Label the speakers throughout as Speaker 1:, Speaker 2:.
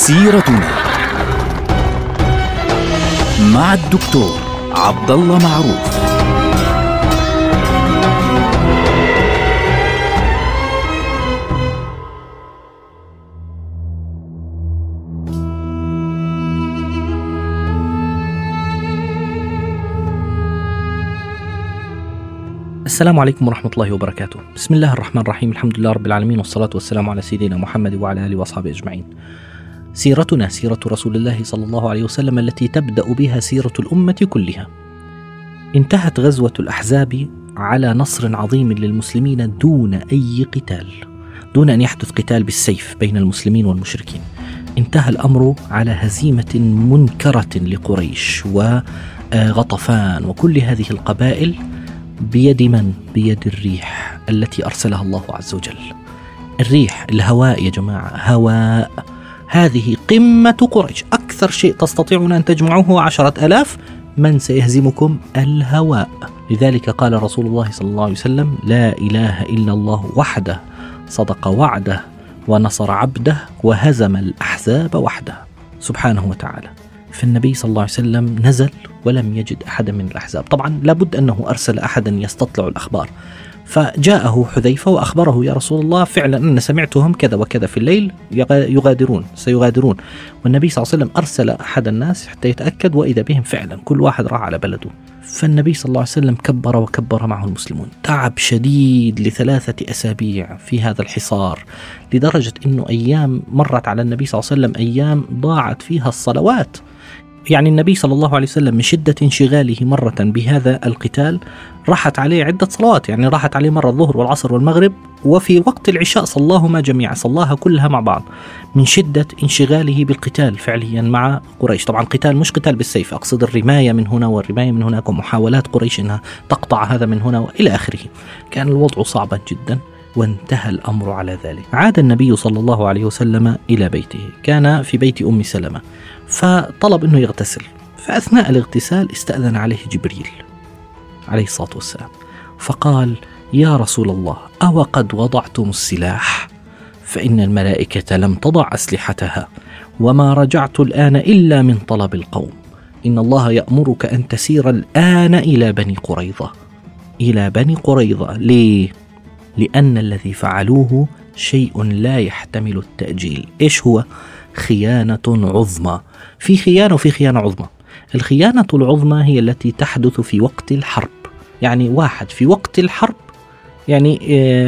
Speaker 1: سيرتنا مع الدكتور عبد الله معروف.
Speaker 2: السلام عليكم ورحمة الله وبركاته. بسم الله الرحمن الرحيم، الحمد لله رب العالمين، والصلاة والسلام على سيدنا محمد وعلى آله وأصحابه أجمعين. سيرتنا سيرة رسول الله صلى الله عليه وسلم التي تبدأ بها سيرة الأمة كلها. انتهت غزوة الأحزاب على نصر عظيم للمسلمين دون أي قتال، دون أن يحدث قتال بالسيف بين المسلمين والمشركين. انتهى الأمر على هزيمة منكرة لقريش وغطفان وكل هذه القبائل. بيد من؟ بيد الريح التي أرسلها الله عز وجل. الريح، الهواء يا جماعة، هواء. هذه قمة قريش، أكثر شيء تستطيعون أن تجمعوه 10,000. من سيهزمكم؟ الهواء. لذلك قال رسول الله صلى الله عليه وسلم: لا إله إلا الله وحده صدق وعده ونصر عبده وهزم الأحزاب وحده سبحانه وتعالى. فالنبي صلى الله عليه وسلم نزل ولم يجد أحدا من الأحزاب. طبعا لابد أنه أرسل أحدا يستطلع الأخبار، فجاءه حذيفة وأخبره: يا رسول الله، فعلا أنا سمعتهم كذا وكذا في الليل سيغادرون. والنبي صلى الله عليه وسلم أرسل أحد الناس حتى يتأكد، وإذا بهم فعلا كل واحد راح على بلده. فالنبي صلى الله عليه وسلم كبر وكبر معه المسلمون. تعب شديد ل3 أسابيع في هذا الحصار، لدرجة أنه أيام مرت على النبي صلى الله عليه وسلم، أيام ضاعت فيها الصلوات. يعني النبي صلى الله عليه وسلم من شدة انشغاله مرة بهذا القتال راحت عليه عدة صلوات، يعني راحت عليه مرة الظهر والعصر والمغرب، وفي وقت العشاء صلاهما جميعا، صلاها كلها مع بعض من شدة انشغاله بالقتال فعليا مع قريش. طبعا قتال مش قتال بالسيف، أقصد الرماية من هنا والرماية من هناك، ومحاولات قريش أنها تقطع هذا من هنا وإلى آخره. كان الوضع صعبا جدا، وانتهى الأمر على ذلك. عاد النبي صلى الله عليه وسلم إلى بيته، كان في بيت أم سلمة، فطلب أنه يغتسل. فأثناء الاغتسال استأذن عليه جبريل عليه الصلاة والسلام، فقال: يا رسول الله، أو قد وضعتم السلاح؟ فإن الملائكة لم تضع أسلحتها، وما رجعت الآن إلا من طلب القوم. إن الله يأمرك أن تسير الآن إلى بني قريظة. إلى بني قريظة ليه؟ لأن الذي فعلوه شيء لا يحتمل التأجيل. إيش هو؟ خيانة عظمى. في خيانة وفي خيانة عظمى. الخيانة العظمى هي التي تحدث في وقت الحرب، يعني واحد في وقت الحرب يعني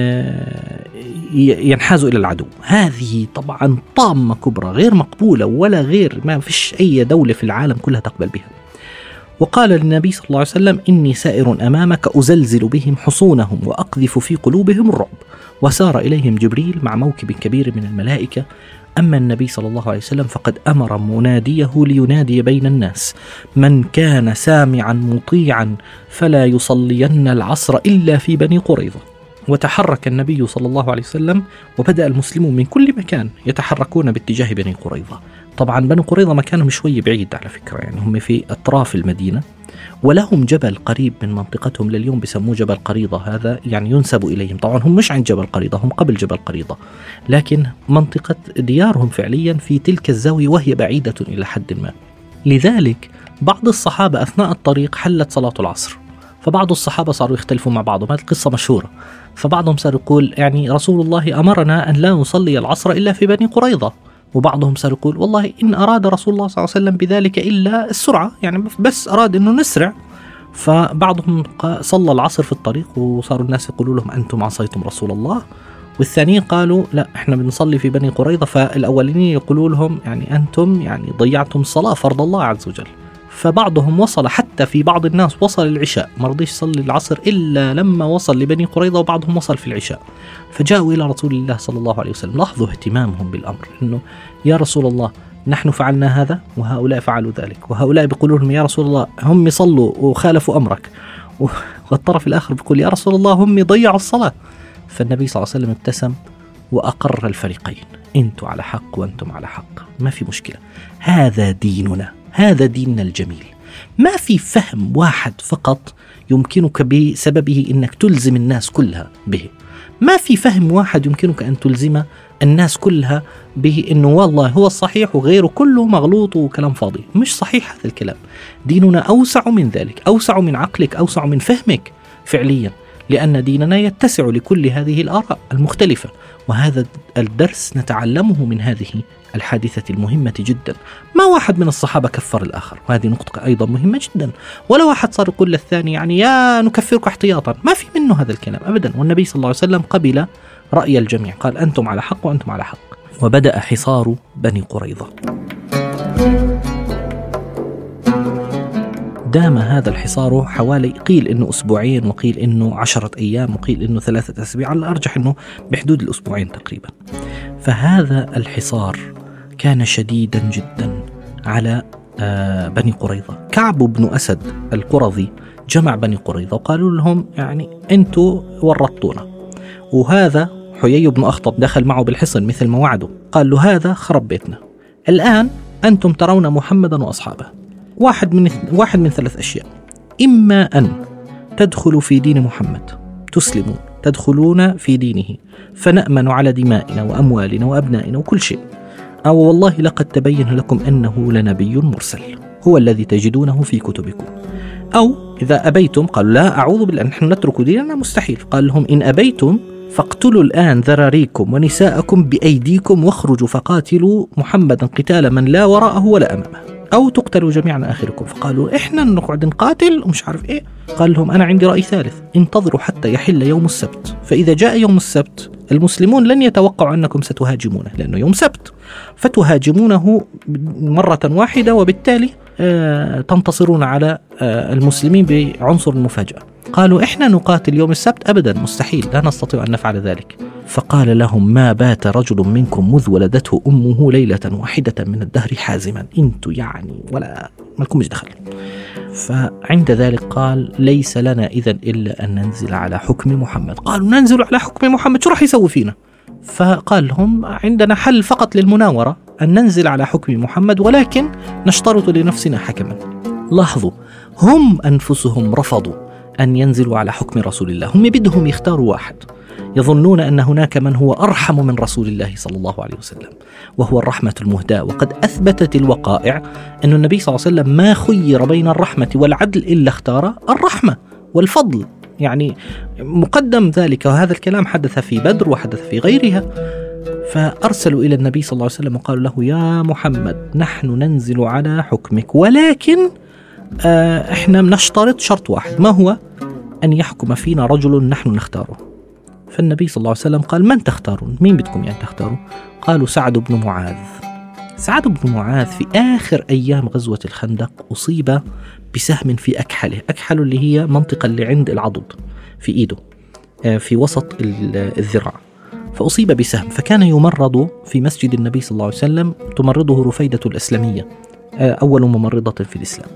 Speaker 2: ينحاز إلى العدو. هذه طبعا طامة كبرى غير مقبولة، ولا غير، ما فيش أي دولة في العالم كلها تقبل بها. وقال للنبي صلى الله عليه وسلم: إني سائر أمامك أزلزل بهم حصونهم وأقذف في قلوبهم الرعب. وسار إليهم جبريل مع موكب كبير من الملائكة. أما النبي صلى الله عليه وسلم فقد أمر مناديه لينادي بين الناس: من كان سامعا مطيعا فلا يصلين العصر إلا في بني قريظة. وتحرك النبي صلى الله عليه وسلم، وبدأ المسلمون من كل مكان يتحركون باتجاه بني قريظة. طبعا بني قريظة مكانهم شوي بعيد على فكرة، يعني هم في أطراف المدينة، ولهم جبل قريب من منطقتهم لليوم بسموه جبل قريضة. هذا يعني ينسب إليهم. طبعا هم مش عند جبل قريضة، هم قبل جبل قريضة، لكن منطقة ديارهم فعليا في تلك الزاوية، وهي بعيدة إلى حد ما. لذلك بعض الصحابة أثناء الطريق حلت صلاة العصر، فبعض الصحابة صاروا يختلفوا مع بعضهم. هذه القصة مشهورة. فبعضهم صار يقول: يعني رسول الله أمرنا أن لا نصلي العصر إلا في بني قريظة. وبعضهم صار يقول: والله إن أراد رسول الله صلى الله عليه وسلم بذلك إلا السرعة، يعني بس أراد أنه نسرع. فبعضهم صلى العصر في الطريق، وصاروا الناس يقولوا لهم: أنتم عصيتم رسول الله. والثانيين قالوا: لا، إحنا بنصلي في بني قريظة. فالأولين يقولوا لهم: يعني أنتم يعني ضيعتم الصلاة، فرض الله عز وجل. فبعضهم وصل، حتى في بعض الناس وصل العشاء، ما رضيش يصلي العصر إلا لما وصل لبني قريظة، وبعضهم وصل في العشاء. فجاءوا إلى رسول الله صلى الله عليه وسلم. لاحظوا اهتمامهم بالأمر، إنه يا رسول الله، نحن فعلنا هذا وهؤلاء فعلوا ذلك، وهؤلاء بيقولوا لهم: يا رسول الله، هم يصلوا وخالفوا أمرك. والطرف الآخر بيقول: يا رسول الله، هم ضيعوا الصلاة. فالنبي صلى الله عليه وسلم ابتسم وأقر الفريقين: أنتم على حق وأنتم على حق، ما في مشكلة. هذا ديننا، هذا ديننا الجميل. ما في فهم واحد فقط يمكنك بسببه أنك تلزم الناس كلها به. ما في فهم واحد يمكنك أن تلزم الناس كلها به أنه والله هو الصحيح وغيره كله مغلوط وكلام فاضي. مش صحيح هذا الكلام. ديننا أوسع من ذلك، أوسع من عقلك، أوسع من فهمك فعليا، لأن ديننا يتسع لكل هذه الآراء المختلفة. وهذا الدرس نتعلمه من هذه الحادثة المهمة جدا. ما واحد من الصحابة كفر الآخر، وهذه نقطة أيضا مهمة جدا. ولا واحد صار يقول للثاني يعني يا نكفرك احتياطا، ما في منه هذا الكلام أبدا. والنبي صلى الله عليه وسلم قبل رأي الجميع، قال أنتم على حق وأنتم على حق. وبدأ حصار بني قريظة. دام هذا الحصار حوالي، قيل إنه أسبوعين، وقيل إنه 10 أيام، وقيل إنه 3 أسابيع، على الأرجح إنه بحدود الأسبوعين تقريبا. فهذا الحصار كان شديدا جدا على بني قريظة. كعب بن أسد القرظي جمع بني قريظة وقالوا لهم يعني أنتوا ورطونا. وهذا حيي بن أخطب دخل معه بالحصن مثل ما وعدوا، قال له هذا خرب بيتنا، الآن أنتم ترون محمدا وأصحابه واحد من 3 أشياء: إما أن تدخلوا في دين محمد تسلمون، تدخلون في دينه فنأمن على دمائنا وأموالنا وأبنائنا وكل شيء، أو والله لقد تبين لكم أنه لنبي مرسل هو الذي تجدونه في كتبكم. أو إذا أبيتم، قالوا لا أعوذ بالله نحن نترك ديننا، مستحيل. قال لهم إن أبيتم فاقتلوا الآن ذراريكم ونساءكم بأيديكم واخرجوا فقاتلوا محمدا قتال من لا وراءه ولا أمامه، أو تقتلوا جميعا آخركم. فقالوا إحنا نقعد نقاتل ومش عارف إيه. قال لهم أنا عندي رأي ثالث: انتظروا حتى يحل يوم السبت، فإذا جاء يوم السبت المسلمون لن يتوقعوا أنكم ستهاجمونه، لأنه يوم سبت، فتهاجمونه مرة واحدة، وبالتالي تنتصرون على المسلمين بعنصر المفاجأة. قالوا إحنا نقاتل يوم السبت؟ أبدا، مستحيل، لا نستطيع أن نفعل ذلك. فقال لهم ما بات رجل منكم مذ ولدته أمه ليلة واحدة من الدهر حازما، انتوا يعني ولا مالكمش دخل. فعند ذلك قال ليس لنا إذن إلا أن ننزل على حكم محمد. قالوا ننزل على حكم محمد، شو راح يسوي فينا؟ فقال لهم عندنا حل فقط للمناورة، أن ننزل على حكم محمد، ولكن نشترط لنفسنا حكما. لاحظوا، هم أنفسهم رفضوا أن ينزلوا على حكم رسول الله. هم بدهم يختاروا واحد، يظنون أن هناك من هو أرحم من رسول الله صلى الله عليه وسلم، وهو الرحمة المهداة. وقد أثبتت الوقائع أن النبي صلى الله عليه وسلم ما خير بين الرحمة والعدل إلا اختار الرحمة والفضل، يعني مقدم ذلك. وهذا الكلام حدث في بدر وحدث في غيرها. فأرسلوا إلى النبي صلى الله عليه وسلم وقالوا له يا محمد نحن ننزل على حكمك، ولكن احنا نشترط شرط واحد، ما هو؟ أن يحكم فينا رجل نحن نختاره. فالنبي صلى الله عليه وسلم قال من تختارون؟ مين بدكم يعني تختاروا؟ قالوا سعد بن معاذ. سعد بن معاذ في آخر أيام غزوة الخندق أصيب بسهم في أكحله. أكحله اللي هي منطقة اللي عند العضد في إيده، في وسط الذراع، فأصيب بسهم، فكان يمرض في مسجد النبي صلى الله عليه وسلم، تمرضه رفيدة الأسلمية أول ممرضة في الإسلام.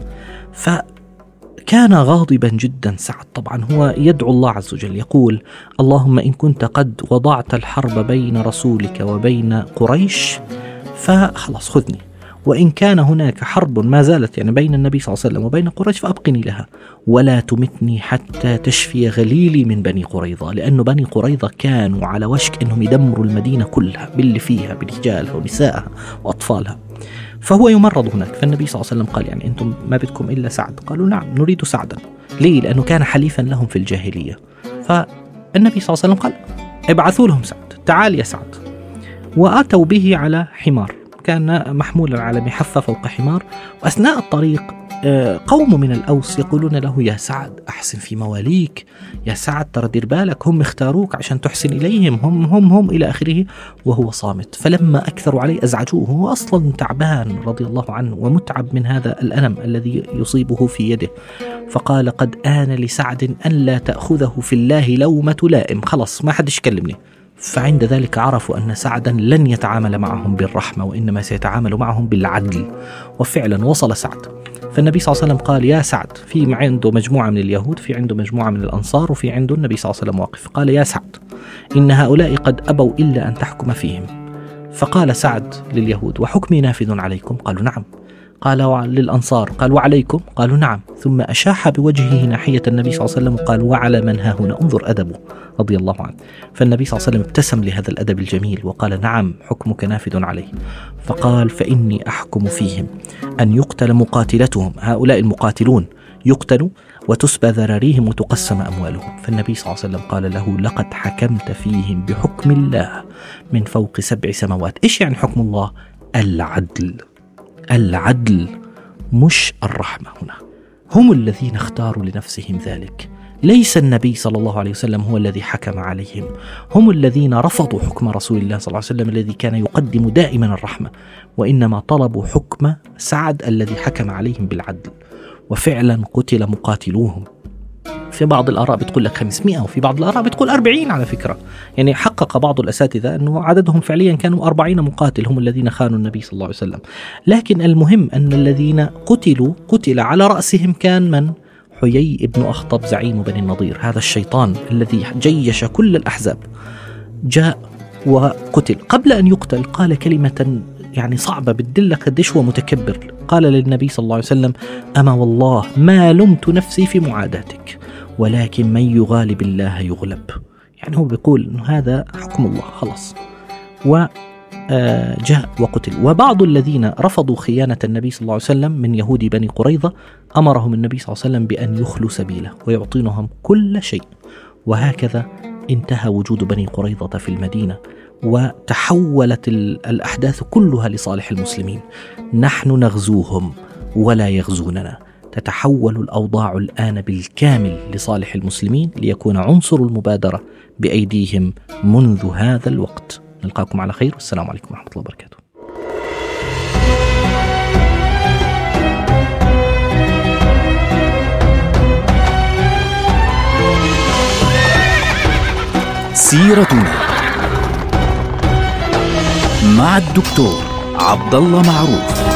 Speaker 2: فكان غاضبا جدا سعد. طبعا هو يدعو الله عز وجل يقول اللهم إن كنت قد وضعت الحرب بين رسولك وبين قريش فخلاص خذني، وإن كان هناك حرب ما زالت يعني بين النبي صلى الله عليه وسلم وبين قريش فأبقني لها، ولا تمتني حتى تشفي غليلي من بني قريظة، لأن بني قريظة كانوا على وشك أنهم يدمروا المدينة كلها باللي فيها، برجالها ونسائها وأطفالها. فهو يمرض هناك. فالنبي صلى الله عليه وسلم قال يعني أنتم ما بدكم إلا سعد؟ قالوا نعم نريد سعدا. ليه؟ لأنه كان حليفا لهم في الجاهلية. فالنبي صلى الله عليه وسلم قال ابعثوا لهم سعد، تعال يا سعد. وآتوا به على حمار، كان محمولا على محفة فوق حمار. وأثناء الطريق قوم من الأوس يقولون له يا سعد أحسن في مواليك، يا سعد ترى دير بالك هم اختاروك عشان تحسن إليهم، هم إلى آخره، وهو صامت. فلما أكثروا عليه أزعجوه، هو أصلا تعبان رضي الله عنه ومتعب من هذا الألم الذي يصيبه في يده. فقال قد آن لسعد أن لا تأخذه في الله لومة لائم، خلص ما حدش يكلمني. فعند ذلك عرفوا أن سعدا لن يتعامل معهم بالرحمة، وإنما سيتعامل معهم بالعدل. وفعلا وصل سعد. فالنبي صلى الله عليه وسلم قال يا سعد، في عنده مجموعة من اليهود، في عنده مجموعة من الأنصار، وفي عنده النبي صلى الله عليه وسلم واقف. قال يا سعد إن هؤلاء قد أبوا إلا أن تحكم فيهم. فقال سعد لليهود وحكمي نافذ عليكم؟ قالوا نعم. قال للأنصار قال وعليكم؟ قالوا نعم. ثم أشاح بوجهه ناحية النبي صلى الله عليه وسلم وقال وعلى من ها هنا؟ انظر أدبه رضي الله عنه. فالنبي صلى الله عليه وسلم ابتسم لهذا الأدب الجميل وقال نعم حكمك نافذ عليه. فقال فإني أحكم فيهم أن يقتل مقاتلتهم، هؤلاء المقاتلون يقتلوا وتسبى ذراريهم وتقسم أموالهم. فالنبي صلى الله عليه وسلم قال له لقد حكمت فيهم بحكم الله من فوق 7 سماوات. إيش يعني حكم الله؟ العدل. العدل مش الرحمة. هنا هم الذين اختاروا لنفسهم ذلك، ليس النبي صلى الله عليه وسلم هو الذي حكم عليهم. هم الذين رفضوا حكم رسول الله صلى الله عليه وسلم الذي كان يقدم دائما الرحمة، وإنما طلبوا حكم سعد الذي حكم عليهم بالعدل. وفعلا قتل مقاتلوهم. في بعض الآراء بتقول لك 500 وفي بعض الآراء بتقول 40 على فكرة. يعني حقق بعض الأساتذة أنه عددهم فعليا كانوا 40 مقاتل هم الذين خانوا النبي صلى الله عليه وسلم. لكن المهم أن الذين قتل على رأسهم كان من؟ حيي بن أخطب زعيم بني النضير، هذا الشيطان الذي جيش كل الأحزاب جاء وقتل. قبل أن يقتل قال كلمة يعني صعبة بتدلك قديش هو متكبر. قال للنبي صلى الله عليه وسلم أما والله ما لمت نفسي في معاداتك ولكن من يغالب الله يغلب. يعني هو بيقول إنه هذا حكم الله خلاص. وجاء وقتل. وبعض الذين رفضوا خيانة النبي صلى الله عليه وسلم من يهود بني قريظة أمرهم النبي صلى الله عليه وسلم بأن يخلوا سبيله ويعطينهم كل شيء. وهكذا انتهى وجود بني قريظة في المدينة وتحولت الأحداث كلها لصالح المسلمين. نحن نغزوهم ولا يغزوننا. تتحول الأوضاع الآن بالكامل لصالح المسلمين ليكون عنصر المبادرة بأيديهم منذ هذا الوقت. نلقاكم على خير والسلام عليكم ورحمة الله وبركاته.
Speaker 1: سيرتنا مع الدكتور عبد الله معروف.